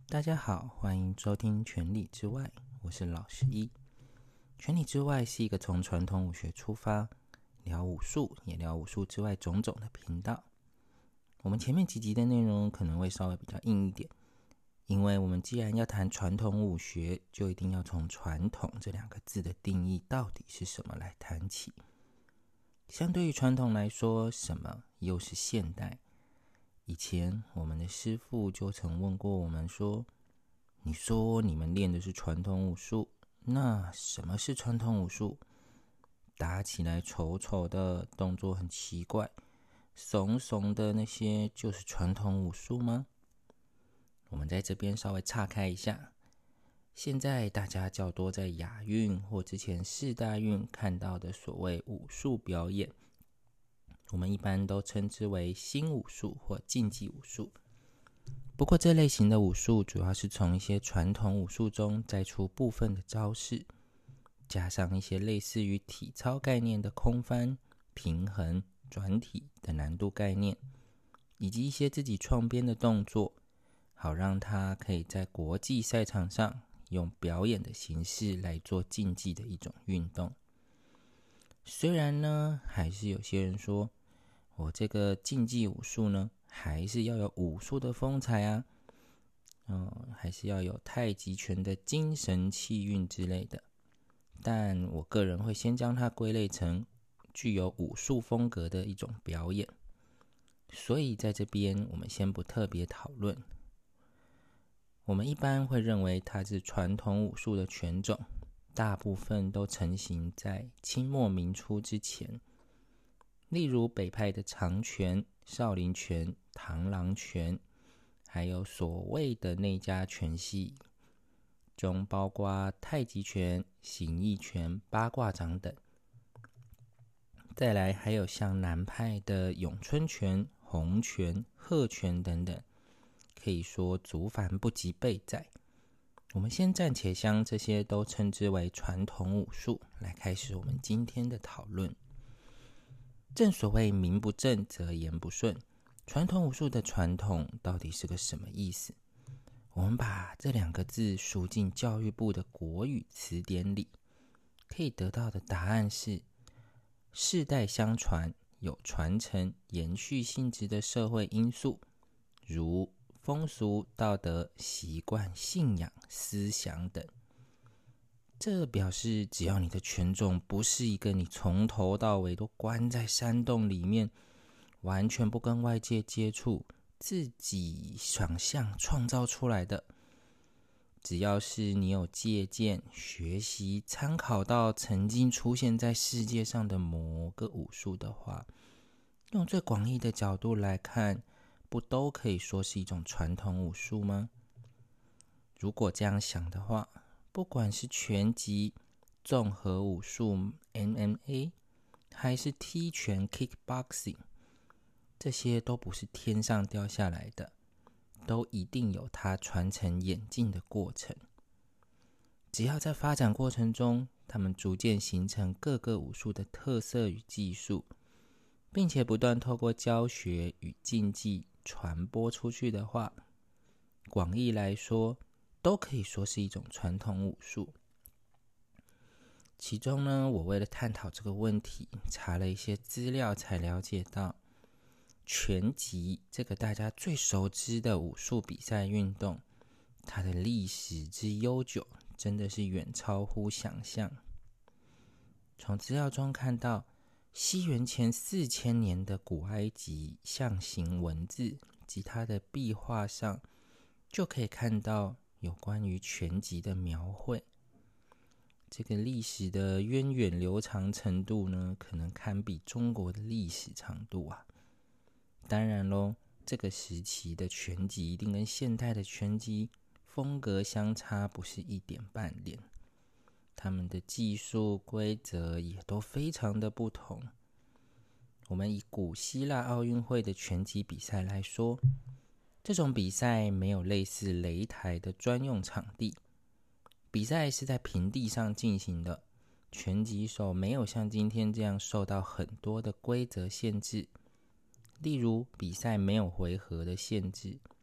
大家好，欢迎收听权力之外，我是老十一。权力之外是一个从传统武学出发，聊武术也聊武术之外种种的频道。我们前面几集的内容可能会稍微比较硬一点，因为我们既然要谈传统武学，就一定要从传统这两个字的定义到底是什么来谈起。相对于传统来说，什么又是现代？以前我们的师父就曾问过我们说，你说你们练的是传统武术，那什么是传统武术？打起来丑丑的，动作很奇怪，怂怂的那些就是传统武术吗？我们在这边稍微岔开一下，现在大家较多在亚运或之前世大运看到的所谓武术表演，我们一般都称之为新武术或竞技武术。不过这类型的武术主要是从一些传统武术中摘出部分的招式，加上一些类似于体操概念的空翻、平衡、转体的难度概念，以及一些自己创编的动作，好让它可以在国际赛场上用表演的形式来做竞技的一种运动。虽然呢，还是有些人说，我这个竞技武术呢，还是要有武术的风采啊，还是要有太极拳的精神气韵之类的。但我个人会先将它归类成具有武术风格的一种表演，所以在这边我们先不特别讨论。我们一般会认为它是传统武术的拳种，大部分都成型在清末民初之前。例如北派的长拳、少林拳、螳螂拳，还有所谓的内家拳系中包括太极拳、形意拳、八卦掌等。再来还有像南派的咏春拳、洪拳、鹤拳等等，可以说族繁不及备载。我们先暂且将这些都称之为传统武术，来开始我们今天的讨论。正所谓名不正则言不顺，传统武术的传统到底是个什么意思？我们把这两个字输进教育部的国语词典里，可以得到的答案是世代相传，有传承延续性质的社会因素，如风俗、道德、习惯、信仰、思想等。这表示只要你的拳种不是一个你从头到尾都关在山洞里面，完全不跟外界接触，自己想象创造出来的，只要是你有借鉴、学习、参考到曾经出现在世界上的某个武术的话，用最广义的角度来看，不都可以说是一种传统武术吗？如果这样想的话，不管是拳击、综合武术 MMA， 还是踢拳 Kickboxing， 这些都不是天上掉下来的，都一定有它传承演进的过程。只要在发展过程中，他们逐渐形成各个武术的特色与技术，并且不断透过教学与竞技传播出去的话，广义来说都可以说是一种传统武术。其中呢，我为了探讨这个问题，查了一些资料，才了解到拳击这个大家最熟知的武术比赛运动，它的历史之悠久真的是远超乎想象。从资料中看到，西元前4000年的古埃及象形文字及它的壁画上，就可以看到有关于拳击的描绘。这个历史的源远流长程度呢，可能堪比中国的历史长度啊。当然咯，这个时期的拳击一定跟现代的拳击风格相差不是一点半点，他们的技术规则也都非常的不同。我们以古希腊奥运会的拳击比赛来说，这种比赛没有类似擂台的专用场地，比赛是在平地上进行的，拳击手没有像今天这样受到很多的规则限制，例如比赛没有回合的限制，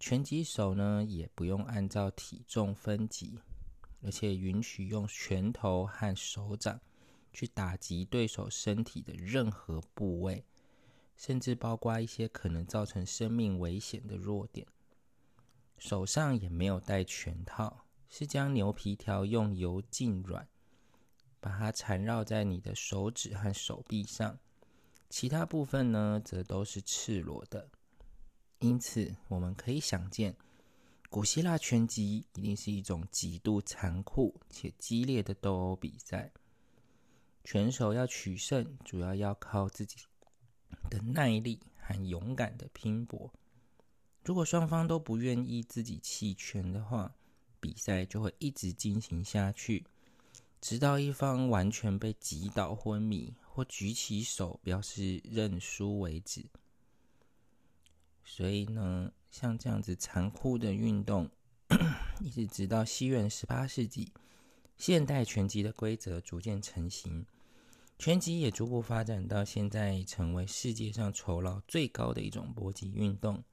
拳击手呢也不用按照体重分级，而且允许用拳头和手掌去打击对手身体的任何部位，甚至包括一些可能造成生命危险的弱点。手上也没有戴拳套，是将牛皮条用油浸软，把它缠绕在你的手指和手臂上，其他部分呢则都是赤裸的。因此我们可以想见，古希腊拳击一定是一种极度残酷且激烈的斗殴比赛。拳手要取胜，主要靠自己的耐力和勇敢的拼搏。如果双方都不愿意自己弃权的话，比赛就会一直进行下去，直到一方完全被击倒昏迷，或举起手表示认输为止。所以呢，像这样子残酷的运动，一直到西元18世纪，现代拳击的规则逐渐成型，拳击也逐步发展到现在成为世界上酬劳最高的一种搏击运动，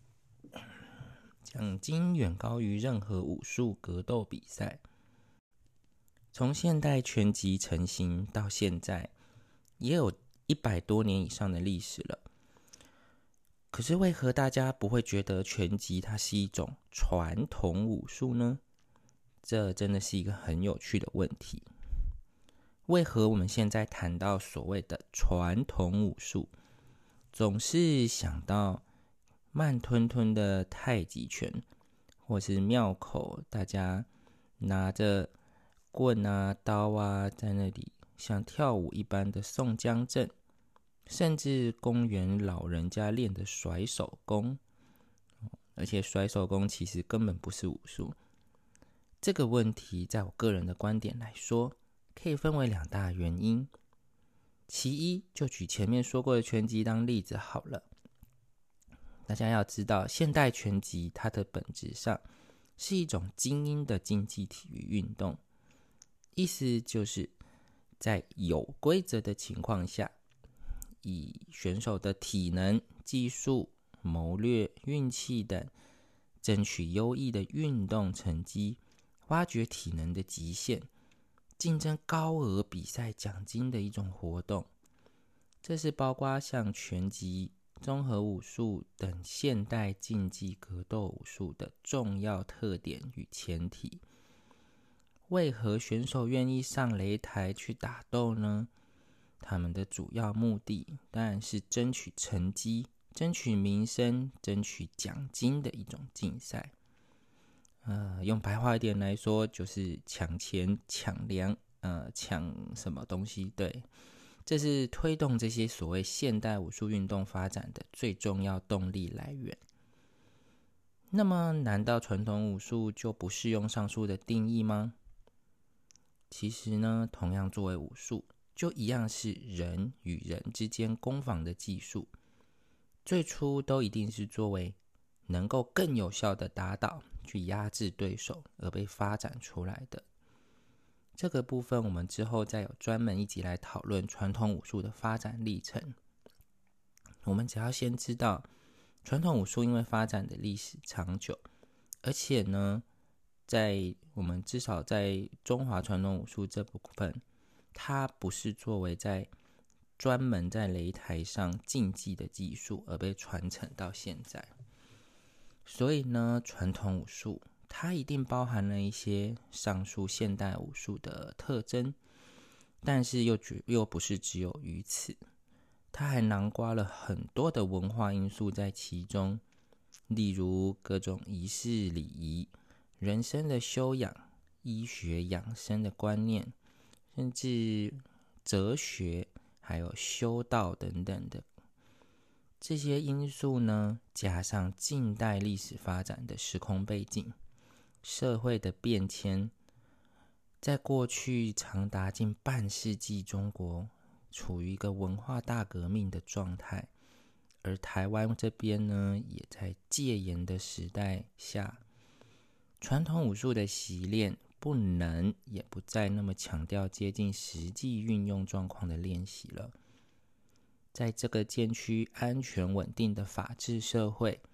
奖金远高于任何武术格斗比赛。从现代拳击成型到现在，也有100多年以上的历史了。可是为何大家不会觉得拳击它是一种传统武术呢？这真的是一个很有趣的问题。为何我们现在谈到所谓的传统武术，总是想到慢吞吞的太极拳，或是庙口大家拿着棍啊刀啊在那里像跳舞一般的宋江阵，甚至公园老人家练的甩手功，而且甩手功其实根本不是武术。这个问题在我个人的观点来说，可以分为2大原因。其一，就举前面说过的拳击当例子好了。大家要知道，现代拳击它的本质上是一种精英的竞技体育运动，意思就是在有规则的情况下，以选手的体能、技术、谋略、运气等，争取优异的运动成绩，挖掘体能的极限，竞争高额比赛奖金的一种活动。这是包括像拳击、综合武术等现代竞技格斗武术的重要特点与前提。为何选手愿意上擂台去打斗呢？他们的主要目的当然是争取成绩、争取名声、争取奖金的一种竞赛。用白话一点来说，就是抢钱、抢粮，抢什么东西？对，这是推动这些所谓现代武术运动发展的最重要动力来源。那么，难道传统武术就不适用上述的定义吗？其实呢，同样作为武术，就一样是人与人之间攻防的技术，最初都一定是作为能够更有效的打倒、去压制对手而被发展出来的。这个部分我们之后再有专门一集来讨论传统武术的发展历程。我们只要先知道，传统武术因为发展的历史长久，而且呢，我们至少在中华传统武术这部分，它不是作为专门在擂台上竞技的技术而被传承到现在。所以呢，传统武术它一定包含了一些上述现代武术的特征，但是又不是只有于此，它还囊括了很多的文化因素在其中，例如各种仪式礼仪、人生的修养、医学养生的观念，甚至哲学还有修道等等的。这些因素呢，加上近代历史发展的时空背景、社会的变迁，在过去长达近半世纪，中国处于一个文化大革命的状态，而台湾这边呢，也在戒严的时代下，传统武术的习练不能也不再那么强调接近实际运用状况的练习了。在这个渐趋安全稳定的法治社会，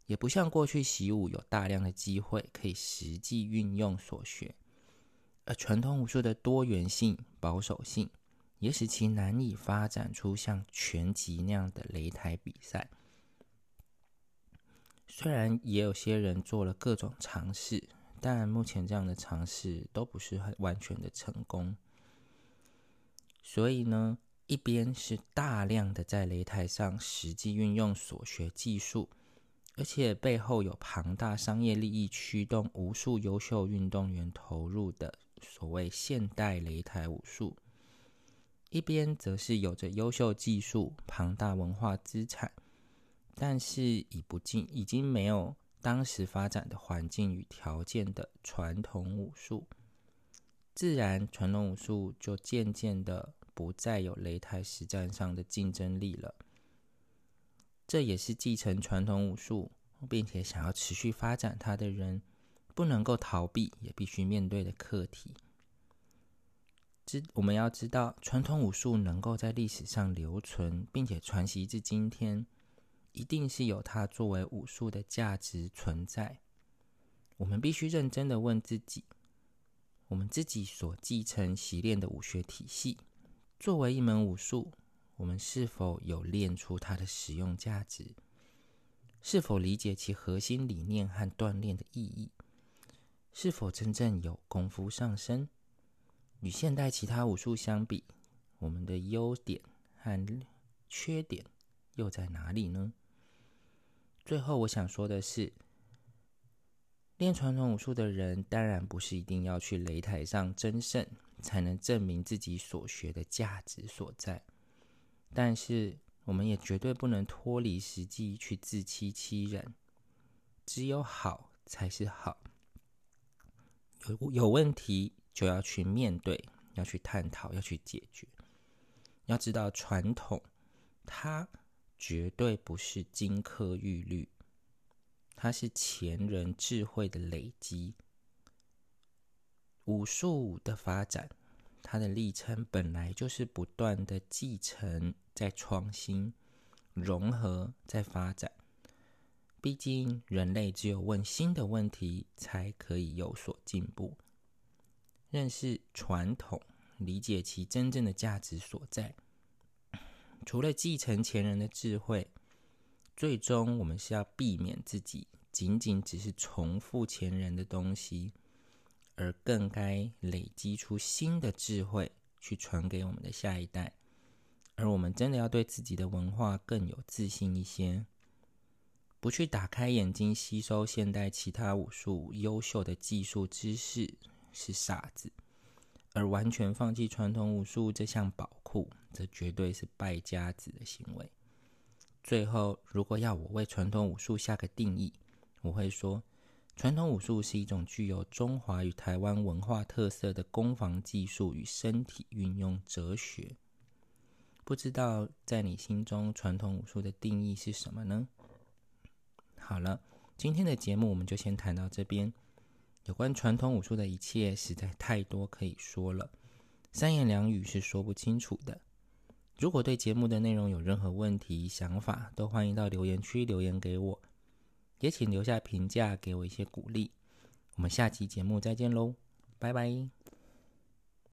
也不像过去习武有大量的机会可以实际运用所学，而传统武术的多元性、保守性也使其难以发展出像拳击那样的擂台比赛。虽然也有些人做了各种尝试，但目前这样的尝试都不是很完全的成功。所以呢，一边是大量的在擂台上实际运用所学技术，而且背后有庞大商业利益驱动无数优秀运动员投入的所谓现代擂台武术，一边则是有着优秀技术、庞大文化资产，但是已经没有当时发展的环境与条件的传统武术。自然传统武术就渐渐的不再有擂台实战上的竞争力了。这也是继承传统武术并且想要持续发展它的人不能够逃避也必须面对的课题。我们要知道，传统武术能够在历史上留存并且传习至今天，一定是有它作为武术的价值存在。我们必须认真的问自己，我们自己所继承习练的武学体系，作为一门武术，我们是否有练出它的实用价值？是否理解其核心理念和锻炼的意义？是否真正有功夫上身？与现代其他武术相比，我们的优点和缺点又在哪里呢？最后我想说的是，练传统武术的人当然不是一定要去擂台上争胜才能证明自己所学的价值所在，但是我们也绝对不能脱离实际去自欺欺人。只有好才是好，有问题就要去面对，要去探讨，要去解决。要知道传统它绝对不是金科玉律，它是前人智慧的累积。武术的发展，它的历程本来就是不断的继承，在创新、融合，在发展。毕竟人类只有问新的问题，才可以有所进步。认识传统，理解其真正的价值所在。除了继承前人的智慧，最终我们是要避免自己仅仅只是重复前人的东西，而更该累积出新的智慧去传给我们的下一代。而我们真的要对自己的文化更有自信一些，不去打开眼睛吸收现代其他武术优秀的技术知识是傻子，而完全放弃传统武术这项宝库，这绝对是败家子的行为。最后，如果要我为传统武术下个定义，我会说，传统武术是一种具有中华与台湾文化特色的攻防技术与身体运用哲学。不知道在你心中传统武术的定义是什么呢？好了，今天的节目我们就先谈到这边。有关传统武术的一切实在太多可以说了，三言两语是说不清楚的。如果对节目的内容有任何问题、想法，都欢迎到留言区留言给我，也请留下评价给我一些鼓励。我们下期节目再见喽，拜拜。